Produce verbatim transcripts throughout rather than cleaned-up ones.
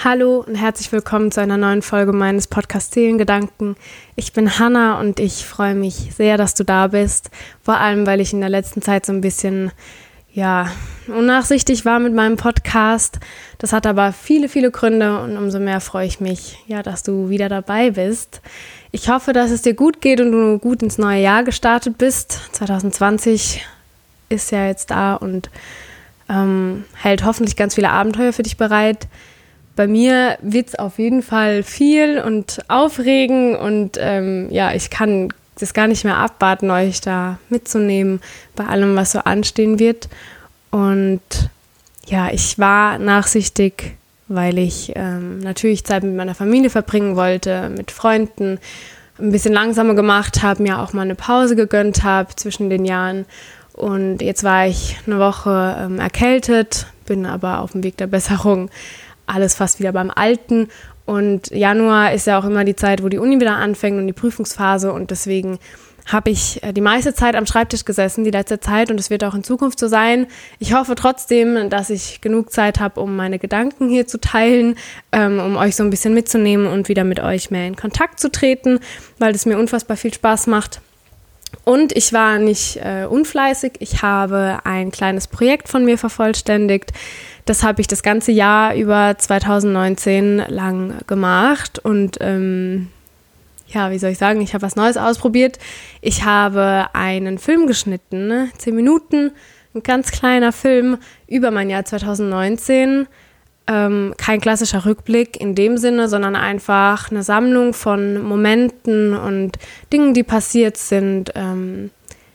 Hallo und herzlich willkommen zu einer neuen Folge meines Podcasts Seelengedanken. Ich bin Hannah und ich freue mich sehr, dass du da bist. Vor allem, weil ich in der letzten Zeit so ein bisschen, ja, unnachsichtig war mit meinem Podcast. Das hat aber viele, viele Gründe und umso mehr freue ich mich, ja, dass du wieder dabei bist. Ich hoffe, dass es dir gut geht und du gut ins neue Jahr gestartet bist. zwanzig zwanzig ist ja jetzt da und ähm, hält hoffentlich ganz viele Abenteuer für dich bereit. Bei mir wird es auf jeden Fall viel und aufregen und ähm, ja, ich kann das gar nicht mehr abwarten, euch da mitzunehmen bei allem, was so anstehen wird. Und ja, ich war nachsichtig, weil ich ähm, natürlich Zeit mit meiner Familie verbringen wollte, mit Freunden, ein bisschen langsamer gemacht habe, mir auch mal eine Pause gegönnt habe zwischen den Jahren. Und jetzt war ich eine Woche ähm, erkältet, bin aber auf dem Weg der Besserung. Alles fast wieder beim Alten und Januar ist ja auch immer die Zeit, wo die Uni wieder anfängt und die Prüfungsphase und deswegen habe ich die meiste Zeit am Schreibtisch gesessen, die letzte Zeit und es wird auch in Zukunft so sein. Ich hoffe trotzdem, dass ich genug Zeit habe, um meine Gedanken hier zu teilen, ähm, um euch so ein bisschen mitzunehmen und wieder mit euch mehr in Kontakt zu treten, weil es mir unfassbar viel Spaß macht. Und ich war nicht äh, unfleißig, ich habe ein kleines Projekt von mir vervollständigt. Das habe ich das ganze Jahr über zwanzig neunzehn lang gemacht und ähm, ja, wie soll ich sagen, ich habe was Neues ausprobiert. Ich habe einen Film geschnitten, ne? zehn Minuten, ein ganz kleiner Film über mein Jahr zwanzig neunzehn. Ähm, kein klassischer Rückblick in dem Sinne, sondern einfach eine Sammlung von Momenten und Dingen, die passiert sind. Ähm,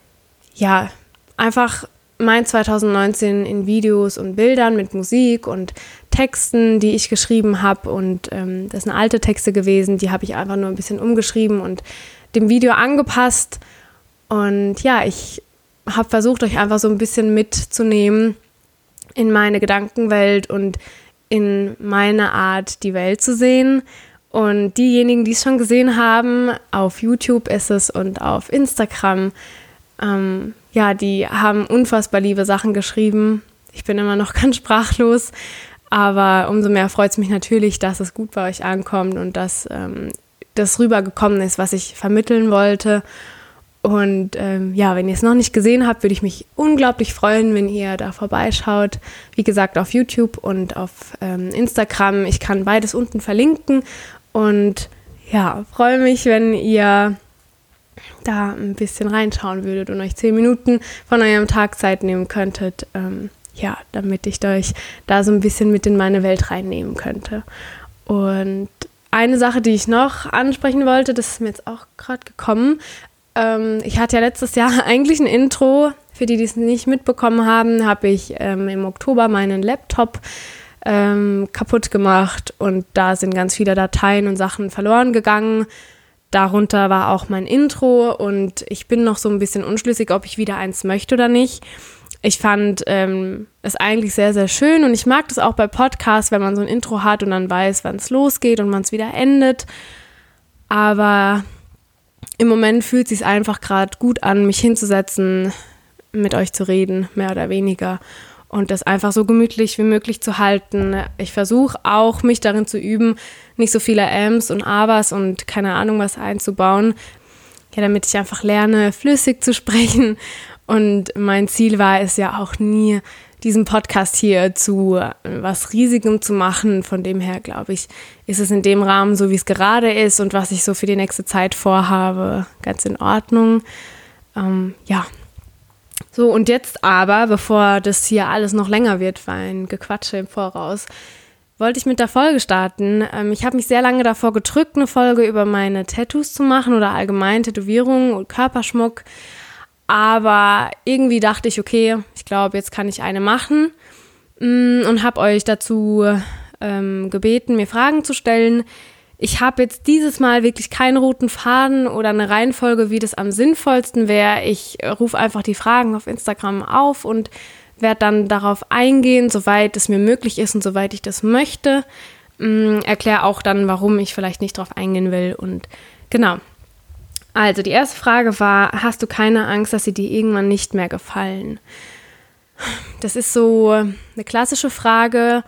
ja, einfach mein zwanzig neunzehn in Videos und Bildern mit Musik und Texten, die ich geschrieben habe. Und ähm, das sind alte Texte gewesen, die habe ich einfach nur ein bisschen umgeschrieben und dem Video angepasst. Und ja, ich habe versucht, euch einfach so ein bisschen mitzunehmen in meine Gedankenwelt und in meine Art, die Welt zu sehen. Und diejenigen, die es schon gesehen haben, auf YouTube ist es und auf Instagram, ähm, ja, die haben unfassbar liebe Sachen geschrieben. Ich bin immer noch ganz sprachlos, aber umso mehr freut es mich natürlich, dass es gut bei euch ankommt und dass ähm, das rübergekommen ist, was ich vermitteln wollte. Und ähm, ja, wenn ihr es noch nicht gesehen habt, würde ich mich unglaublich freuen, wenn ihr da vorbeischaut. Wie gesagt, auf YouTube und auf ähm, Instagram. Ich kann beides unten verlinken und ja, freue mich, wenn ihr da ein bisschen reinschauen würdet und euch zehn Minuten von eurem Tag Zeit nehmen könntet, ähm, ja, damit ich euch da so ein bisschen mit in meine Welt reinnehmen könnte. Und eine Sache, die ich noch ansprechen wollte, das ist mir jetzt auch gerade gekommen. Ähm, ich hatte ja letztes Jahr eigentlich ein Intro. Für die, die es nicht mitbekommen haben, habe ich ähm, im Oktober meinen Laptop ähm, kaputt gemacht und da sind ganz viele Dateien und Sachen verloren gegangen. Darunter war auch mein Intro und ich bin noch so ein bisschen unschlüssig, ob ich wieder eins möchte oder nicht. Ich fand ähm, es eigentlich sehr, sehr schön und ich mag das auch bei Podcasts, wenn man so ein Intro hat und dann weiß, wann es losgeht und wann es wieder endet. Aber im Moment fühlt es sich einfach gerade gut an, mich hinzusetzen, mit euch zu reden, mehr oder weniger. Und das einfach so gemütlich wie möglich zu halten. Ich versuche auch, mich darin zu üben, nicht so viele Äms und Abers und keine Ahnung was einzubauen, ja, damit ich einfach lerne, flüssig zu sprechen. Und mein Ziel war es ja auch nie, diesen Podcast hier zu was Riesigem zu machen. Von dem her, glaube ich, ist es in dem Rahmen, so wie es gerade ist und was ich so für die nächste Zeit vorhabe, ganz in Ordnung. Ähm, ja. So, und jetzt aber, bevor das hier alles noch länger wird, für ein Gequatsche im Voraus, wollte ich mit der Folge starten. Ähm, ich habe mich sehr lange davor gedrückt, eine Folge über meine Tattoos zu machen oder allgemein Tätowierungen und Körperschmuck. Aber irgendwie dachte ich, okay, ich glaube, jetzt kann ich eine machen und habe euch dazu ähm, gebeten, mir Fragen zu stellen. Ich habe jetzt dieses Mal wirklich keinen roten Faden oder eine Reihenfolge, wie das am sinnvollsten wäre. Ich rufe einfach die Fragen auf Instagram auf und werde dann darauf eingehen, soweit es mir möglich ist und soweit ich das möchte. Ähm, erkläre auch dann, warum ich vielleicht nicht darauf eingehen will. Und genau. Also die erste Frage war, hast du keine Angst, dass sie dir irgendwann nicht mehr gefallen? Das ist so eine klassische Frage,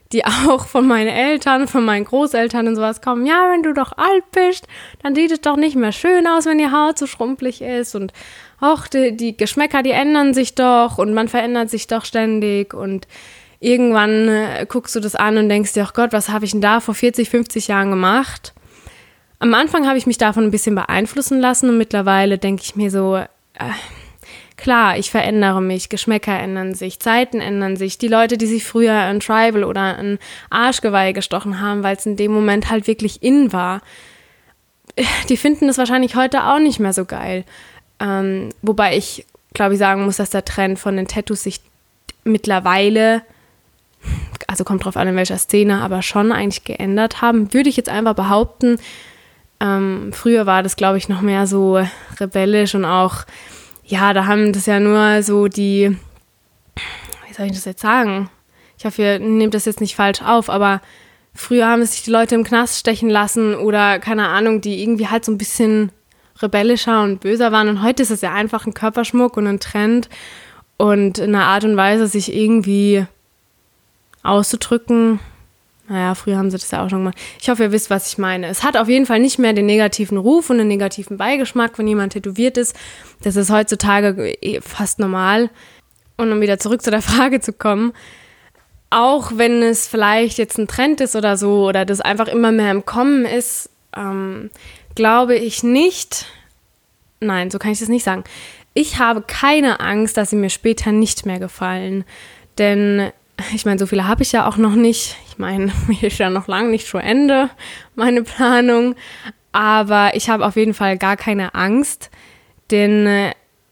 die auch von meinen Eltern, von meinen Großeltern und sowas kommen. Ja, wenn du doch alt bist, dann sieht es doch nicht mehr schön aus, wenn die Haut so schrumpelig ist. Und auch die, die Geschmäcker, die ändern sich doch und man verändert sich doch ständig. Und irgendwann äh, guckst du das an und denkst dir, ach Gott, was habe ich denn da vor vierzig, fünfzig Jahren gemacht? Am Anfang habe ich mich davon ein bisschen beeinflussen lassen und mittlerweile denke ich mir so, äh, klar, ich verändere mich, Geschmäcker ändern sich, Zeiten ändern sich. Die Leute, die sich früher ein Tribal oder ein Arschgeweih gestochen haben, weil es in dem Moment halt wirklich in war, die finden das wahrscheinlich heute auch nicht mehr so geil. Ähm, wobei ich, glaube ich, sagen muss, dass der Trend von den Tattoos sich mittlerweile, also kommt drauf an, in welcher Szene, aber schon eigentlich geändert haben, würde ich jetzt einfach behaupten. Ähm, früher war das, glaube ich, noch mehr so rebellisch und auch, ja, da haben das ja nur so die, wie soll ich das jetzt sagen? Ich hoffe, ihr nehmt das jetzt nicht falsch auf, aber früher haben sich die Leute im Knast stechen lassen oder, keine Ahnung, die irgendwie halt so ein bisschen rebellischer und böser waren. Und heute ist es ja einfach ein Körperschmuck und ein Trend und eine Art und Weise, sich irgendwie auszudrücken. Naja, früher haben sie das ja auch schon gemacht. Ich hoffe, ihr wisst, was ich meine. Es hat auf jeden Fall nicht mehr den negativen Ruf und den negativen Beigeschmack, wenn jemand tätowiert ist. Das ist heutzutage fast normal. Und um wieder zurück zu der Frage zu kommen, auch wenn es vielleicht jetzt ein Trend ist oder so, oder das einfach immer mehr im Kommen ist, ähm, glaube ich nicht, nein, so kann ich das nicht sagen. Ich habe keine Angst, dass sie mir später nicht mehr gefallen. Denn ich meine, so viele habe ich ja auch noch nicht. Ich meine, mir ist ja noch lange nicht zu Ende, meine Planung. Aber ich habe auf jeden Fall gar keine Angst, denn äh,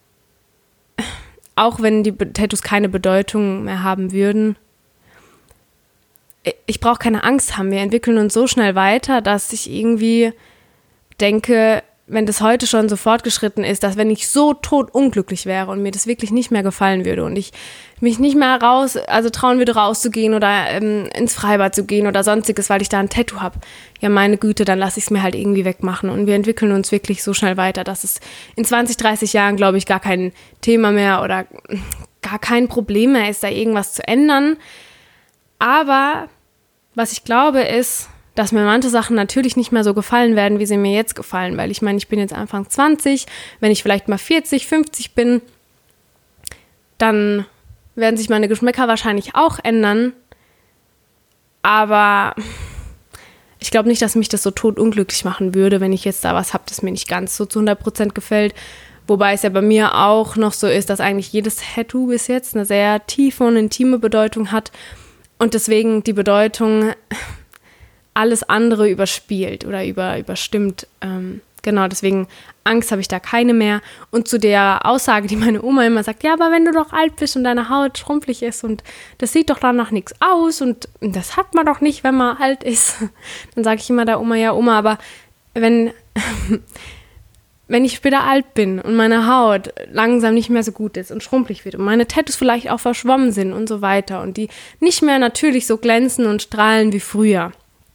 auch wenn die Tattoos keine Bedeutung mehr haben würden, ich brauche keine Angst haben. Wir entwickeln uns so schnell weiter, dass ich irgendwie denke, wenn das heute schon so fortgeschritten ist, dass wenn ich so totunglücklich wäre und mir das wirklich nicht mehr gefallen würde und ich mich nicht mehr raus, also trauen würde rauszugehen oder ähm, ins Freibad zu gehen oder sonstiges, weil ich da ein Tattoo habe, ja meine Güte, dann lasse ich es mir halt irgendwie wegmachen. Und wir entwickeln uns wirklich so schnell weiter, dass es in zwanzig, dreißig Jahren, glaube ich, gar kein Thema mehr oder gar kein Problem mehr ist, da irgendwas zu ändern. Aber was ich glaube ist, dass mir manche Sachen natürlich nicht mehr so gefallen werden, wie sie mir jetzt gefallen, weil ich meine, ich bin jetzt Anfang zwanzig, wenn ich vielleicht mal vierzig, fünfzig bin, dann werden sich meine Geschmäcker wahrscheinlich auch ändern, aber ich glaube nicht, dass mich das so totunglücklich machen würde, wenn ich jetzt da was habe, das mir nicht ganz so zu hundert Prozent gefällt, wobei es ja bei mir auch noch so ist, dass eigentlich jedes Tattoo bis jetzt eine sehr tiefe und intime Bedeutung hat und deswegen die Bedeutung alles andere überspielt oder über, überstimmt. Ähm, genau, deswegen Angst habe ich da keine mehr. Und zu der Aussage, die meine Oma immer sagt, ja, aber wenn du doch alt bist und deine Haut schrumpelig ist und das sieht doch danach nichts aus und das hat man doch nicht, wenn man alt ist, dann sage ich immer der Oma, ja Oma, aber wenn, wenn ich später alt bin und meine Haut langsam nicht mehr so gut ist und schrumpelig wird und meine Tattoos vielleicht auch verschwommen sind und so weiter und die nicht mehr natürlich so glänzen und strahlen wie früher,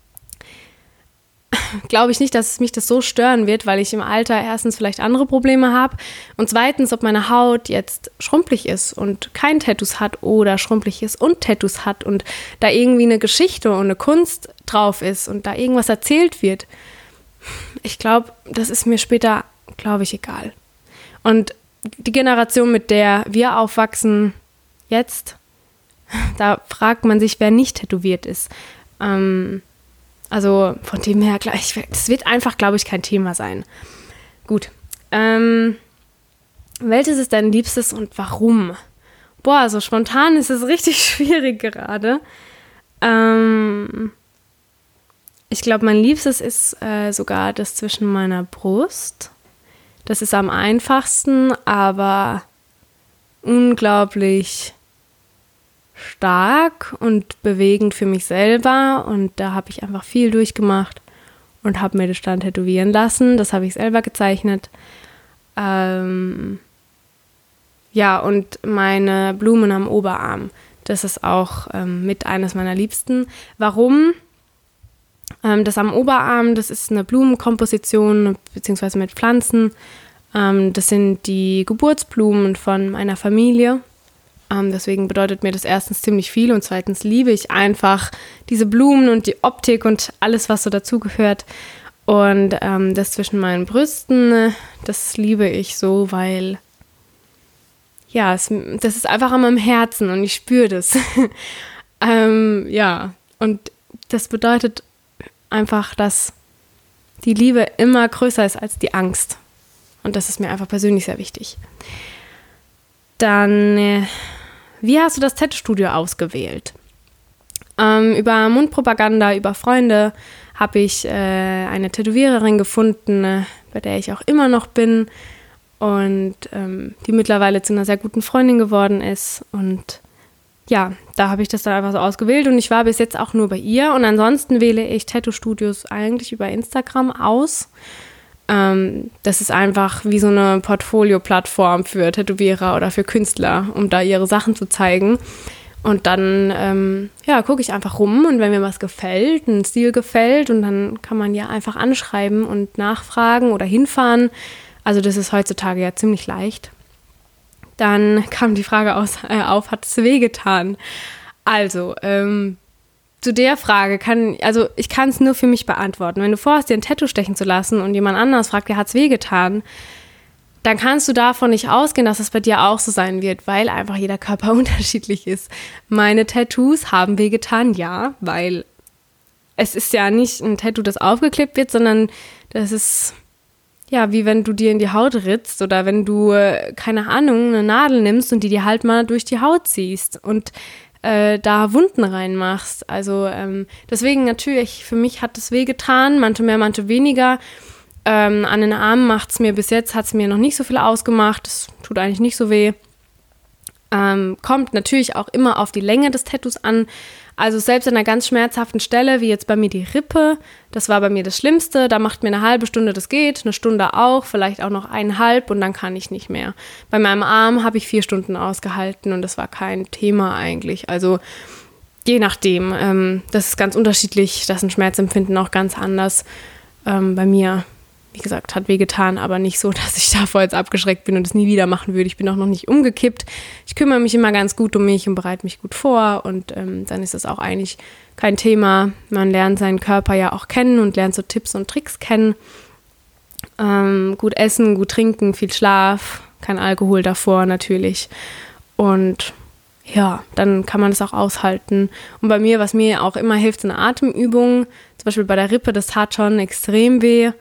glaube ich nicht, dass mich das so stören wird, weil ich im Alter erstens vielleicht andere Probleme habe und zweitens, ob meine Haut jetzt schrumpelig ist und kein Tattoos hat oder schrumpelig ist und Tattoos hat und da irgendwie eine Geschichte und eine Kunst drauf ist und da irgendwas erzählt wird. Ich glaube, das ist mir später, glaube ich, egal. Und die Generation, mit der wir aufwachsen jetzt, da fragt man sich, wer nicht tätowiert ist. Ähm, Also von dem her, das wird einfach, glaube ich, kein Thema sein. Gut. Ähm, welches ist dein Liebstes und warum? Boah, so spontan ist es richtig schwierig gerade. Ähm, ich glaube, mein Liebstes ist äh, sogar das zwischen meiner Brust. Das ist am einfachsten, aber unglaublich stark und bewegend für mich selber und da habe ich einfach viel durchgemacht und habe mir das dann tätowieren lassen. Das habe ich selber gezeichnet. Ähm ja, und meine Blumen am Oberarm, das ist auch ähm, mit eines meiner Liebsten. Warum? Ähm, das am Oberarm, das ist eine Blumenkomposition beziehungsweise mit Pflanzen. Ähm, das sind die Geburtsblumen von meiner Familie. Ähm, deswegen bedeutet mir das erstens ziemlich viel und zweitens liebe ich einfach diese Blumen und die Optik und alles, was so dazugehört. Und ähm, das zwischen meinen Brüsten, das liebe ich so, weil ja, es, das ist einfach an meinem Herzen und ich spüre das. ähm, ja, und das bedeutet einfach, dass die Liebe immer größer ist als die Angst. Und das ist mir einfach persönlich sehr wichtig. Dann, äh, wie hast du das Tattoo-Studio ausgewählt? Ähm, über Mundpropaganda, über Freunde habe ich äh, eine Tätowiererin gefunden, äh, bei der ich auch immer noch bin und ähm, die mittlerweile zu einer sehr guten Freundin geworden ist. Und ja, da habe ich das dann einfach so ausgewählt und ich war bis jetzt auch nur bei ihr. Und ansonsten wähle ich Tattoo-Studios eigentlich über Instagram aus. Ähm, das ist einfach wie so eine Portfolio-Plattform für Tätowierer oder für Künstler, um da ihre Sachen zu zeigen. Und dann ähm, ja, gucke ich einfach rum und wenn mir was gefällt, ein Stil gefällt, und dann kann man ja einfach anschreiben und nachfragen oder hinfahren. Also das ist heutzutage ja ziemlich leicht. Dann kam die Frage aus, äh, auf, hat es wehgetan? Also, ähm, zu der Frage kann, also ich kann es nur für mich beantworten. Wenn du vorhast, dir ein Tattoo stechen zu lassen und jemand anders fragt, ja, hat es wehgetan, dann kannst du davon nicht ausgehen, dass es bei dir auch so sein wird, weil einfach jeder Körper unterschiedlich ist. Meine Tattoos haben wehgetan, ja, weil es ist ja nicht ein Tattoo, das aufgeklebt wird, sondern das ist ja, wie wenn du dir in die Haut ritzt oder wenn du, keine Ahnung, eine Nadel nimmst und die dir halt mal durch die Haut ziehst und äh, da Wunden reinmachst. Also ähm, deswegen natürlich, für mich hat es wehgetan, manche mehr, manche weniger. Ähm, an den Armen macht es mir bis jetzt, hat es mir noch nicht so viel ausgemacht. Das tut eigentlich nicht so weh. Ähm, kommt natürlich auch immer auf die Länge des Tattoos an. Also selbst an einer ganz schmerzhaften Stelle, wie jetzt bei mir die Rippe, das war bei mir das Schlimmste, da macht mir eine halbe Stunde, das geht, eine Stunde auch, vielleicht auch noch eineinhalb und dann kann ich nicht mehr. Bei meinem Arm habe ich vier Stunden ausgehalten und das war kein Thema eigentlich. Also je nachdem, ähm, das ist ganz unterschiedlich, das ist ein Schmerzempfinden auch ganz anders. Ähm, bei mir, wie gesagt, hat wehgetan, aber nicht so, dass ich davor jetzt abgeschreckt bin und es nie wieder machen würde. Ich bin auch noch nicht umgekippt. Ich kümmere mich immer ganz gut um mich und bereite mich gut vor und ähm, dann ist das auch eigentlich kein Thema. Man lernt seinen Körper ja auch kennen und lernt so Tipps und Tricks kennen. Ähm, gut essen, gut trinken, viel Schlaf, kein Alkohol davor natürlich. Und ja, dann kann man das auch aushalten. Und bei mir, was mir auch immer hilft, ist eine Atemübung. Zum Beispiel bei der Rippe, das tat schon extrem weh.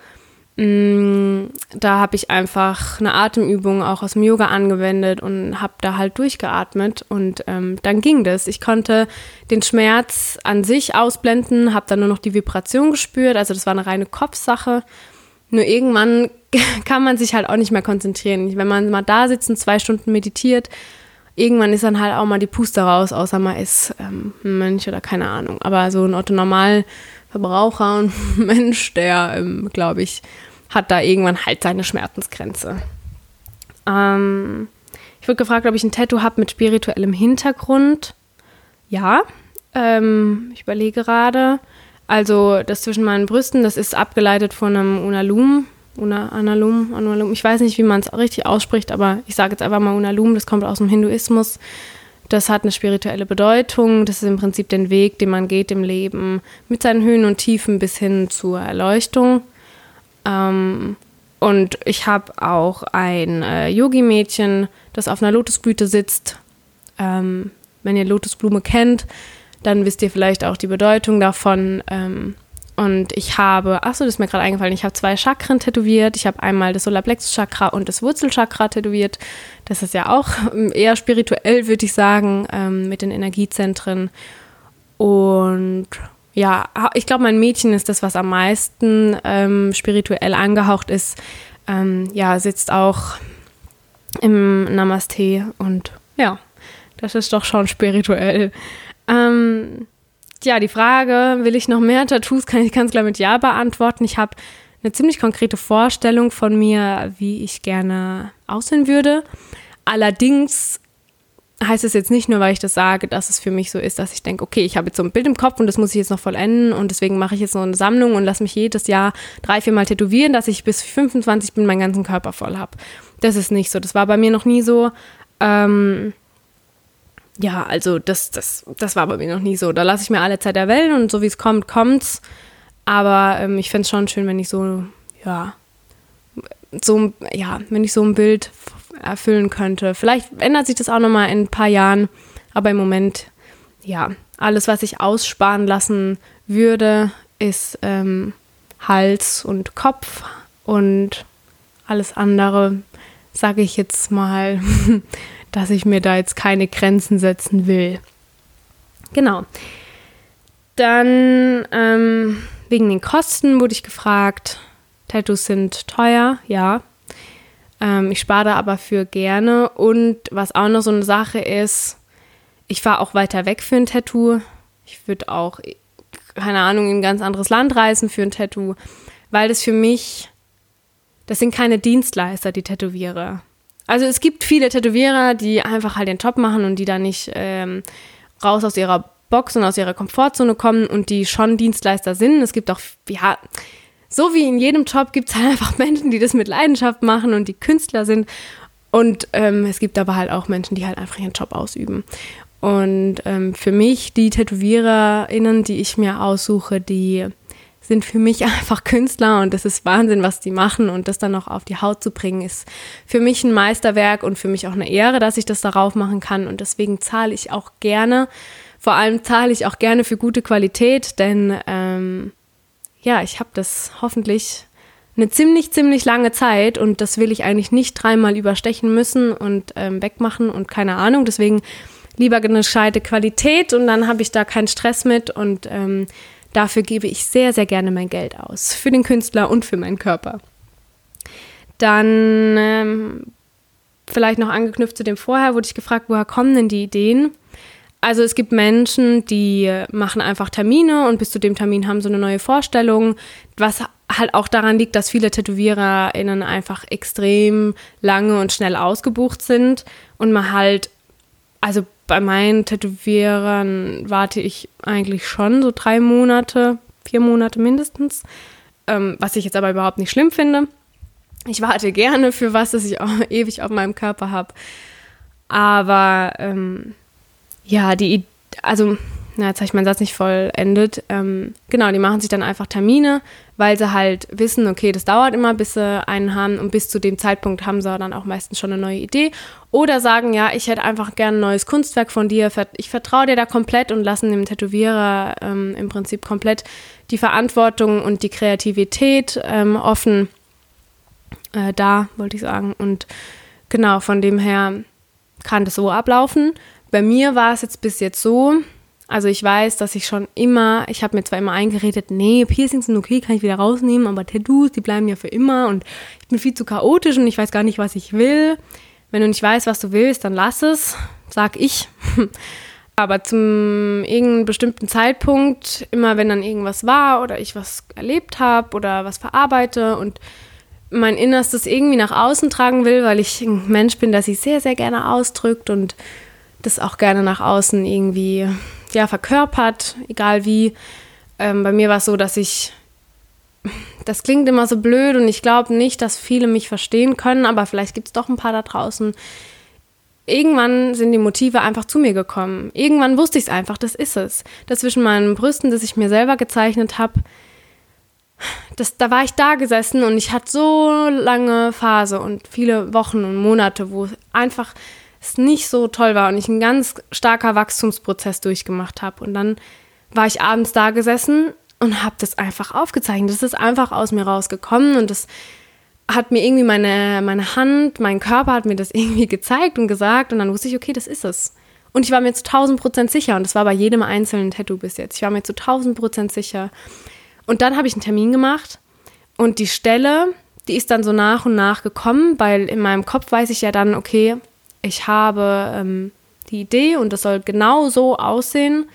Da habe ich einfach eine Atemübung auch aus dem Yoga angewendet und habe da halt durchgeatmet und ähm, dann ging das. Ich konnte den Schmerz an sich ausblenden, habe dann nur noch die Vibration gespürt, also das war eine reine Kopfsache. Nur irgendwann kann man sich halt auch nicht mehr konzentrieren. Wenn man mal da sitzt und zwei Stunden meditiert, irgendwann ist dann halt auch mal die Puste raus, außer man ist ähm, ein Mönch oder keine Ahnung. Aber so ein Otto-Normal-Verbraucher und Mensch, der, ähm, glaube ich, hat da irgendwann halt seine Schmerzensgrenze. Ähm, ich wurde gefragt, ob ich ein Tattoo habe mit spirituellem Hintergrund. Ja, ähm, ich überlege gerade. Also das zwischen meinen Brüsten, das ist abgeleitet von einem Unalum. Una, Analum, Analum. Ich weiß nicht, wie man es richtig ausspricht, aber ich sage jetzt einfach mal Unalum, das kommt aus dem Hinduismus. Das hat eine spirituelle Bedeutung. Das ist im Prinzip den Weg, den man geht im Leben, mit seinen Höhen und Tiefen bis hin zur Erleuchtung. Ähm, und ich habe auch ein äh, Yogi-Mädchen, das auf einer Lotusblüte sitzt. Ähm, wenn ihr Lotusblume kennt, dann wisst ihr vielleicht auch die Bedeutung davon. Ähm, und ich habe, achso, das ist mir gerade eingefallen, ich habe zwei Chakren tätowiert. Ich habe einmal das Solarplexus-Chakra und das Wurzelchakra tätowiert. Das ist ja auch eher spirituell, würde ich sagen, ähm, mit den Energiezentren. Und ja, ich glaube, mein Mädchen ist das, was am meisten ähm, spirituell angehaucht ist. Ähm, ja, sitzt auch im Namaste und ja, das ist doch schon spirituell. Ähm, ja, die Frage, will ich noch mehr Tattoos? Kann ich ganz klar mit Ja beantworten. Ich habe eine ziemlich konkrete Vorstellung von mir, wie ich gerne aussehen würde. Allerdings heißt es jetzt nicht nur, weil ich das sage, dass es für mich so ist, dass ich denke, okay, ich habe jetzt so ein Bild im Kopf und das muss ich jetzt noch vollenden und deswegen mache ich jetzt so eine Sammlung und lasse mich jedes Jahr drei, vier Mal tätowieren, dass ich bis fünfundzwanzig bin, meinen ganzen Körper voll habe. Das ist nicht so. Das war bei mir noch nie so. Ähm, ja, also das, das, das war bei mir noch nie so. Da lasse ich mir alle Zeit der Welt und so wie es kommt, kommt's. Aber ähm, ich fände es schon schön, wenn ich so, ja, so, ja, wenn ich so ein Bild erfüllen könnte. Vielleicht ändert sich das auch nochmal in ein paar Jahren, aber im Moment, ja, alles, was ich aussparen lassen würde, ist ähm, Hals und Kopf und alles andere, sage ich jetzt mal, dass ich mir da jetzt keine Grenzen setzen will. Genau. Dann ähm, wegen den Kosten wurde ich gefragt. Tattoos sind teuer, ja. Ähm, ich spare da aber für gerne. Und was auch noch so eine Sache ist, ich fahre auch weiter weg für ein Tattoo. Ich würde auch, keine Ahnung, in ein ganz anderes Land reisen für ein Tattoo, weil das für mich, das sind keine Dienstleister, die Tätowierer. Also es gibt viele Tätowierer, die einfach halt den Job machen und die da nicht ähm, raus aus ihrer Box und aus ihrer Komfortzone kommen und die schon Dienstleister sind. Es gibt auch, ja, so wie in jedem Job gibt es halt einfach Menschen, die das mit Leidenschaft machen und die Künstler sind. Und ähm, es gibt aber halt auch Menschen, die halt einfach ihren Job ausüben. Und ähm, für mich, die TätowiererInnen, die ich mir aussuche, die sind für mich einfach Künstler und das ist Wahnsinn, was die machen und das dann noch auf die Haut zu bringen, ist für mich ein Meisterwerk und für mich auch eine Ehre, dass ich das darauf machen kann und deswegen zahle ich auch gerne, vor allem zahle ich auch gerne für gute Qualität, denn ähm, ja, ich habe das hoffentlich eine ziemlich, ziemlich lange Zeit und das will ich eigentlich nicht dreimal überstechen müssen und ähm, wegmachen und keine Ahnung, deswegen lieber eine gescheite Qualität und dann habe ich da keinen Stress mit und ähm, dafür gebe ich sehr, sehr gerne mein Geld aus. Für den Künstler und für meinen Körper. Dann ähm, vielleicht noch angeknüpft zu dem vorher, wurde ich gefragt, woher kommen denn die Ideen? Also es gibt Menschen, die machen einfach Termine und bis zu dem Termin haben so eine neue Vorstellung, was halt auch daran liegt, dass viele TätowiererInnen einfach extrem lange und schnell ausgebucht sind und man halt, also bei meinen Tätowierern warte ich eigentlich schon so drei Monate, vier Monate mindestens, ähm, was ich jetzt aber überhaupt nicht schlimm finde. Ich warte gerne für was, das ich auch ewig auf meinem Körper habe. Aber ähm, ja, die, also, na, jetzt habe ich meinen Satz nicht vollendet. Ähm, genau, die machen sich dann einfach Termine, weil sie halt wissen, okay, das dauert immer, bis sie einen haben und bis zu dem Zeitpunkt haben sie dann auch meistens schon eine neue Idee. Oder sagen, ja, ich hätte einfach gerne ein neues Kunstwerk von dir, ich vertraue dir da komplett und lassen dem Tätowierer ähm, im Prinzip komplett die Verantwortung und die Kreativität ähm, offen äh, da, wollte ich sagen. Und genau, von dem her kann das so ablaufen. Bei mir war es jetzt bis jetzt so, also ich weiß, dass ich schon immer, ich habe mir zwar immer eingeredet, nee, Piercings sind okay, kann ich wieder rausnehmen, aber Tattoos, die bleiben ja für immer und ich bin viel zu chaotisch und ich weiß gar nicht, was ich will. Wenn du nicht weißt, was du willst, dann lass es, sag ich. Aber zum irgendeinem bestimmten Zeitpunkt, immer wenn dann irgendwas war oder ich was erlebt habe oder was verarbeite und mein Innerstes irgendwie nach außen tragen will, weil ich ein Mensch bin, der sich sehr, sehr gerne ausdrückt und das auch gerne nach außen irgendwie ja, verkörpert, egal wie. Ähm, bei mir war es so, dass ich, das klingt immer so blöd und ich glaube nicht, dass viele mich verstehen können, aber vielleicht gibt es doch ein paar da draußen. Irgendwann sind die Motive einfach zu mir gekommen. Irgendwann wusste ich es einfach, das ist es. Das zwischen meinen Brüsten, das ich mir selber gezeichnet habe, das, da war ich da gesessen und ich hatte so lange Phase und viele Wochen und Monate, wo einfach es nicht so toll war und ich ein ganz starker Wachstumsprozess durchgemacht habe. Und dann war ich abends da gesessen und habe das einfach aufgezeichnet. Das ist einfach aus mir rausgekommen und das hat mir irgendwie meine, meine Hand, mein Körper hat mir das irgendwie gezeigt und gesagt und dann wusste ich, okay, das ist es. Und ich war mir zu tausend Prozent sicher und das war bei jedem einzelnen Tattoo bis jetzt. Ich war mir zu tausend Prozent sicher. Und dann habe ich einen Termin gemacht und die Stelle, die ist dann so nach und nach gekommen, weil in meinem Kopf weiß ich ja dann, okay, ich habe ähm, die Idee und das soll genau so aussehen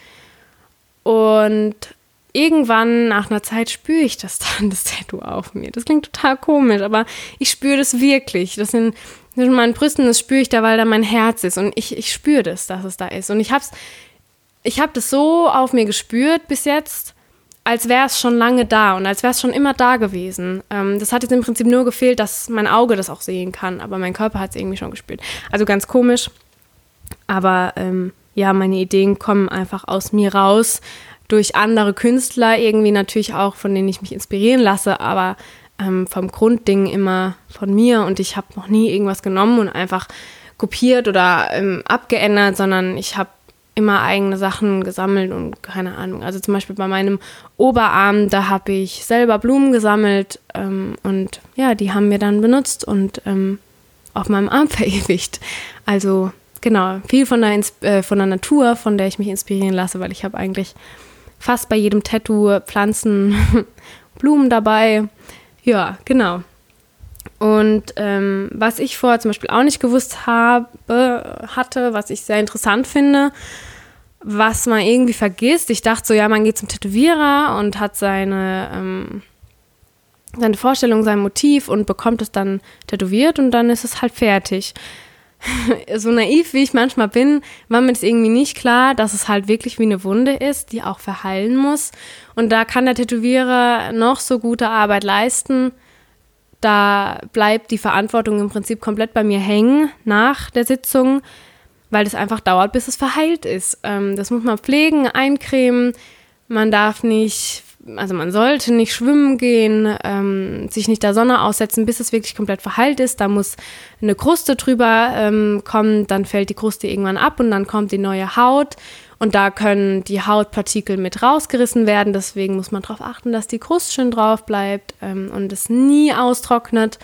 und irgendwann nach einer Zeit spüre ich das dann, das Tattoo auf mir. Das klingt total komisch, aber ich spüre das wirklich. Das sind in meinen Brüsten, das spüre ich da, weil da mein Herz ist und ich, ich spüre das, dass es da ist. Und ich habe ich hab das so auf mir gespürt bis jetzt, als wäre es schon lange da und als wäre es schon immer da gewesen. Ähm, das hat jetzt im Prinzip nur gefehlt, dass mein Auge das auch sehen kann, aber mein Körper hat es irgendwie schon gespürt. Also ganz komisch, aber ähm, ja, meine Ideen kommen einfach aus mir raus, durch andere Künstler irgendwie natürlich auch, von denen ich mich inspirieren lasse, aber ähm, vom Grundding immer von mir und ich habe noch nie irgendwas genommen und einfach kopiert oder ähm, abgeändert, sondern ich habe immer eigene Sachen gesammelt und keine Ahnung. Also zum Beispiel bei meinem Oberarm, da habe ich selber Blumen gesammelt ähm, und ja, die haben wir dann benutzt und ähm, auf meinem Arm verewigt. Also genau, viel von der, äh, von der Natur, von der ich mich inspirieren lasse, weil ich habe eigentlich fast bei jedem Tattoo Pflanzen, Blumen dabei. Ja, genau. Und ähm, was ich vorher zum Beispiel auch nicht gewusst habe, hatte, was ich sehr interessant finde, was man irgendwie vergisst. Ich dachte so, ja, man geht zum Tätowierer und hat seine, ähm, seine Vorstellung, sein Motiv und bekommt es dann tätowiert und dann ist es halt fertig. So naiv, wie ich manchmal bin, war mir das irgendwie nicht klar, dass es halt wirklich wie eine Wunde ist, die auch verheilen muss. Und da kann der Tätowierer noch so gute Arbeit leisten. Da bleibt die Verantwortung im Prinzip komplett bei mir hängen nach der Sitzung, weil das einfach dauert, bis es verheilt ist. Ähm, das muss man pflegen, eincremen. Man darf nicht, also man sollte nicht schwimmen gehen, ähm, sich nicht der Sonne aussetzen, bis es wirklich komplett verheilt ist. Da muss eine Kruste drüber ähm, kommen, dann fällt die Kruste irgendwann ab und dann kommt die neue Haut. Und da können die Hautpartikel mit rausgerissen werden. Deswegen muss man darauf achten, dass die Kruste schön drauf bleibt ähm, und es nie austrocknet.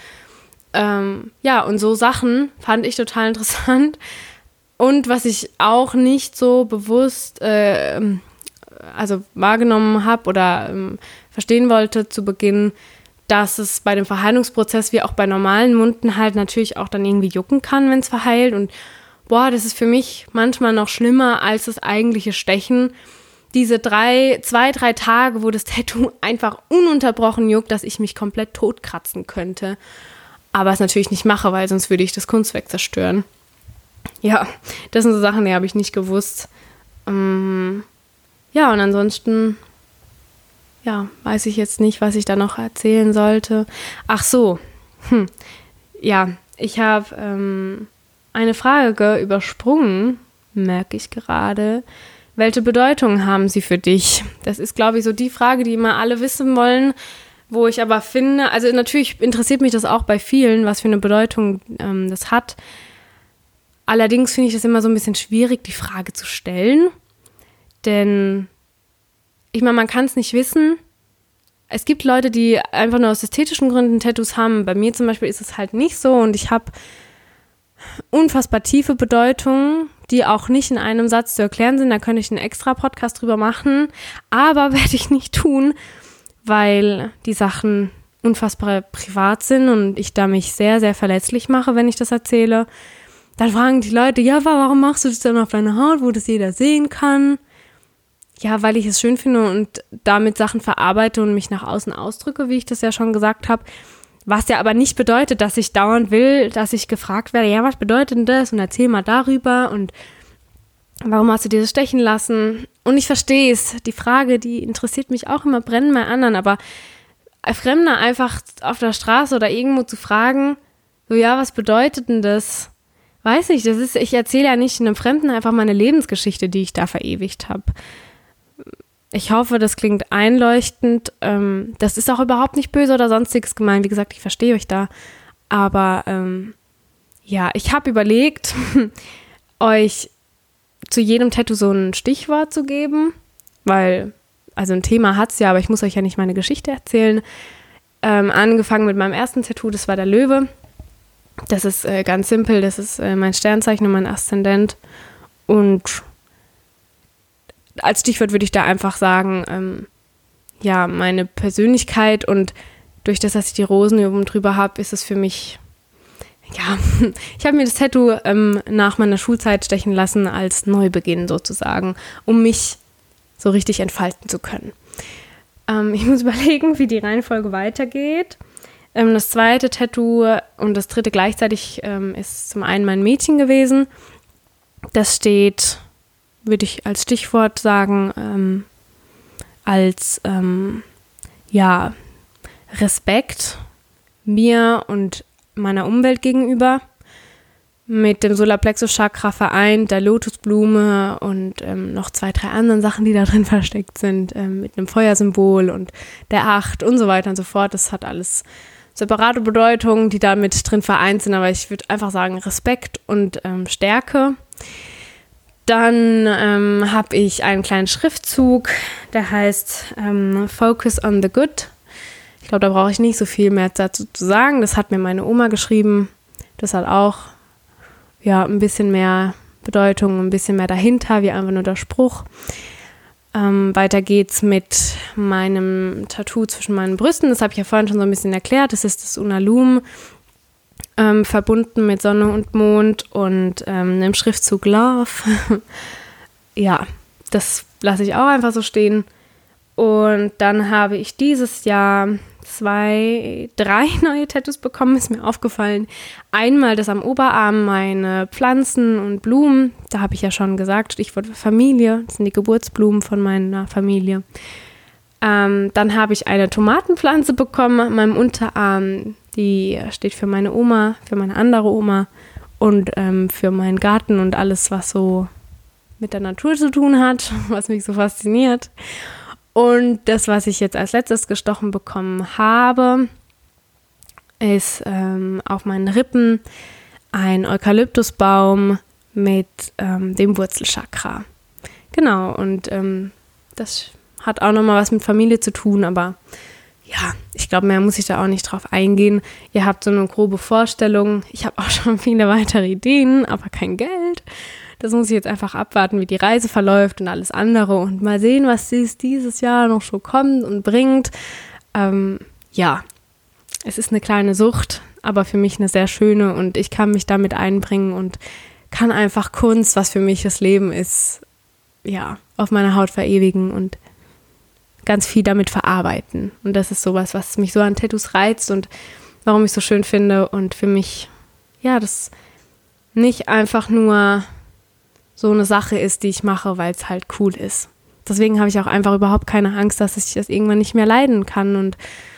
Ähm, ja, und so Sachen fand ich total interessant. Und was ich auch nicht so bewusst äh, also wahrgenommen habe oder ähm, verstehen wollte zu Beginn, dass es bei dem Verheilungsprozess wie auch bei normalen Wunden halt natürlich auch dann irgendwie jucken kann, wenn es verheilt. Und boah, das ist für mich manchmal noch schlimmer als das eigentliche Stechen. Diese drei, zwei, drei Tage, wo das Tattoo einfach ununterbrochen juckt, dass ich mich komplett totkratzen könnte. Aber es natürlich nicht mache, weil sonst würde ich das Kunstwerk zerstören. Ja, das sind so Sachen, die habe ich nicht gewusst. Ähm, ja, und ansonsten, ja, weiß ich jetzt nicht, was ich da noch erzählen sollte. Ach so, hm. ja, ich habe ähm, eine Frage übersprungen, merke ich gerade. Welche Bedeutung haben sie für dich? Das ist, glaube ich, so die Frage, die immer alle wissen wollen, wo ich aber finde, also natürlich interessiert mich das auch bei vielen, was für eine Bedeutung ähm, das hat. Allerdings finde ich das immer so ein bisschen schwierig, die Frage zu stellen, denn ich meine, man kann es nicht wissen. Es gibt Leute, die einfach nur aus ästhetischen Gründen Tattoos haben. Bei mir zum Beispiel ist es halt nicht so und ich habe unfassbar tiefe Bedeutungen, die auch nicht in einem Satz zu erklären sind. Da könnte ich einen extra Podcast drüber machen, aber werde ich nicht tun, weil die Sachen unfassbar privat sind und ich da mich sehr, sehr verletzlich mache, wenn ich das erzähle. Dann fragen die Leute, ja, warum machst du das dann auf deiner Haut, wo das jeder sehen kann? Ja, weil ich es schön finde und damit Sachen verarbeite und mich nach außen ausdrücke, wie ich das ja schon gesagt habe. Was ja aber nicht bedeutet, dass ich dauernd will, dass ich gefragt werde, ja, was bedeutet denn das? Und erzähl mal darüber und warum hast du dir das stechen lassen? Und ich verstehe es. Die Frage, die interessiert mich auch immer brennend bei anderen, aber Fremde einfach auf der Straße oder irgendwo zu fragen, so, ja, was bedeutet denn das? Weiß nicht, das ist, ich erzähle ja nicht einem Fremden einfach meine Lebensgeschichte, die ich da verewigt habe. Ich hoffe, das klingt einleuchtend. Ähm, das ist auch überhaupt nicht böse oder sonstiges gemeint. Wie gesagt, ich verstehe euch da. Aber ähm, ja, ich habe überlegt, euch zu jedem Tattoo so ein Stichwort zu geben, weil, also ein Thema hat es ja, aber ich muss euch ja nicht meine Geschichte erzählen. Ähm, angefangen mit meinem ersten Tattoo, das war der Löwe. Das ist äh, ganz simpel, das ist äh, mein Sternzeichen und mein Aszendent. Und als Stichwort würde ich da einfach sagen, ähm, ja, meine Persönlichkeit und durch das, dass ich die Rosen oben drüber habe, ist es für mich, ja, ich habe mir das Tattoo ähm, nach meiner Schulzeit stechen lassen als Neubeginn sozusagen, um mich so richtig entfalten zu können. Ähm, ich muss überlegen, wie die Reihenfolge weitergeht. Ähm, das zweite Tattoo und das dritte gleichzeitig ähm, ist zum einen mein Mädchen gewesen. Das steht, würde ich als Stichwort sagen, ähm, als ähm, ja, Respekt mir und meiner Umwelt gegenüber. mit dem Solarplexus-Chakra vereint, der Lotusblume und ähm, noch zwei, drei anderen Sachen, die da drin versteckt sind, ähm, mit einem Feuersymbol und der Acht und so weiter und so fort. Das hat alles separate Bedeutungen, die da mit drin vereint sind, aber ich würde einfach sagen Respekt und ähm, Stärke. Dann ähm, habe ich einen kleinen Schriftzug, der heißt ähm, Focus on the Good. Ich glaube, da brauche ich nicht so viel mehr dazu zu sagen. Das hat mir meine Oma geschrieben. Das hat auch ja, ein bisschen mehr Bedeutung, ein bisschen mehr dahinter, wie einfach nur der Spruch. Ähm, weiter geht's mit meinem Tattoo zwischen meinen Brüsten. Das habe ich ja vorhin schon so ein bisschen erklärt. Das ist das Unalum, ähm, verbunden mit Sonne und Mond und ähm, einem Schriftzug Love. Ja, das lasse ich auch einfach so stehen. Und dann habe ich dieses Jahr zwei, drei neue Tattoos bekommen, ist mir aufgefallen. Einmal das am Oberarm, meine Pflanzen und Blumen. Da habe ich ja schon gesagt, Stichwort Familie. Das sind die Geburtsblumen von meiner Familie. Ähm, dann habe ich eine Tomatenpflanze bekommen an meinem Unterarm. Die steht für meine Oma, für meine andere Oma und ähm, für meinen Garten und alles, was so mit der Natur zu tun hat, was mich so fasziniert. Und das, was ich jetzt als letztes gestochen bekommen habe, ist ähm, auf meinen Rippen ein Eukalyptusbaum mit ähm, dem Wurzelchakra. Genau, und ähm, das hat auch nochmal was mit Familie zu tun, aber ja, ich glaube, mehr muss ich da auch nicht drauf eingehen. Ihr habt so eine grobe Vorstellung. Ich habe auch schon viele weitere Ideen, aber kein Geld. Das muss ich jetzt einfach abwarten, wie die Reise verläuft und alles andere und mal sehen, was es dieses Jahr noch so kommt und bringt. Ähm, ja, es ist eine kleine Sucht, aber für mich eine sehr schöne und ich kann mich damit einbringen und kann einfach Kunst, was für mich das Leben ist, ja, auf meiner Haut verewigen und ganz viel damit verarbeiten. Und das ist sowas, was mich so an Tattoos reizt und warum ich es so schön finde und für mich, ja, das nicht einfach nur so eine Sache ist, die ich mache, weil es halt cool ist. Deswegen habe ich auch einfach überhaupt keine Angst, dass ich das irgendwann nicht mehr leiden kann. Und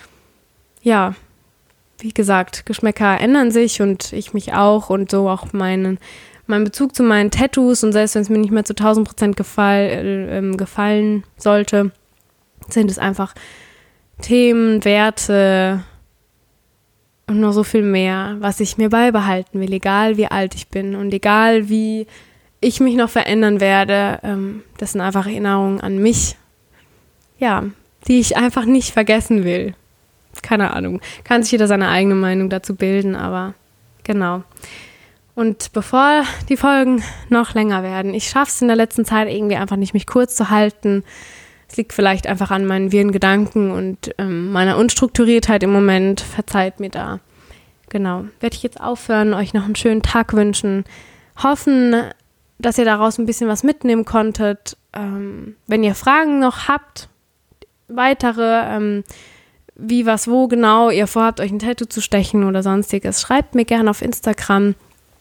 ja, wie gesagt, Geschmäcker ändern sich und ich mich auch und so auch meinen, mein Bezug zu meinen Tattoos. Und selbst wenn es mir nicht mehr zu tausend Prozent gefall, äh, gefallen sollte, sind es einfach Themen, Werte und noch so viel mehr, was ich mir beibehalten will, egal wie alt ich bin und egal wie ich mich noch verändern werde. Ähm, das sind einfach Erinnerungen an mich, ja, die ich einfach nicht vergessen will. Keine Ahnung, kann sich jeder seine eigene Meinung dazu bilden, aber genau. Und bevor die Folgen noch länger werden, ich schaffe es in der letzten Zeit irgendwie einfach nicht, mich kurz zu halten. Es liegt vielleicht einfach an meinen wirren Gedanken und ähm, meiner Unstrukturiertheit im Moment. Verzeiht mir da. Genau, werde ich jetzt aufhören, euch noch einen schönen Tag wünschen. Hoffen, dass ihr daraus ein bisschen was mitnehmen konntet. Ähm, wenn ihr Fragen noch habt, weitere, ähm, wie, was, wo genau ihr vorhabt, euch ein Tattoo zu stechen oder sonstiges, schreibt mir gerne auf Instagram.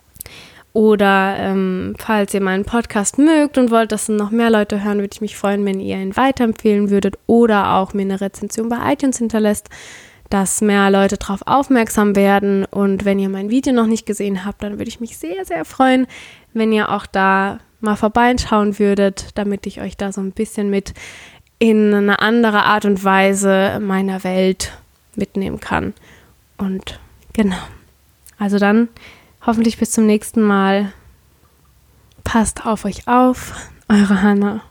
Oder ähm, falls ihr meinen Podcast mögt und wollt, dass noch mehr Leute hören, würde ich mich freuen, wenn ihr ihn weiterempfehlen würdet oder auch mir eine Rezension bei iTunes hinterlässt, dass mehr Leute darauf aufmerksam werden. Und wenn ihr mein Video noch nicht gesehen habt, dann würde ich mich sehr, sehr freuen, wenn ihr auch da mal vorbeischauen würdet, damit ich euch da so ein bisschen mit in eine andere Art und Weise meiner Welt mitnehmen kann. Und genau, also dann hoffentlich bis zum nächsten Mal. Passt auf euch auf, eure Hannah.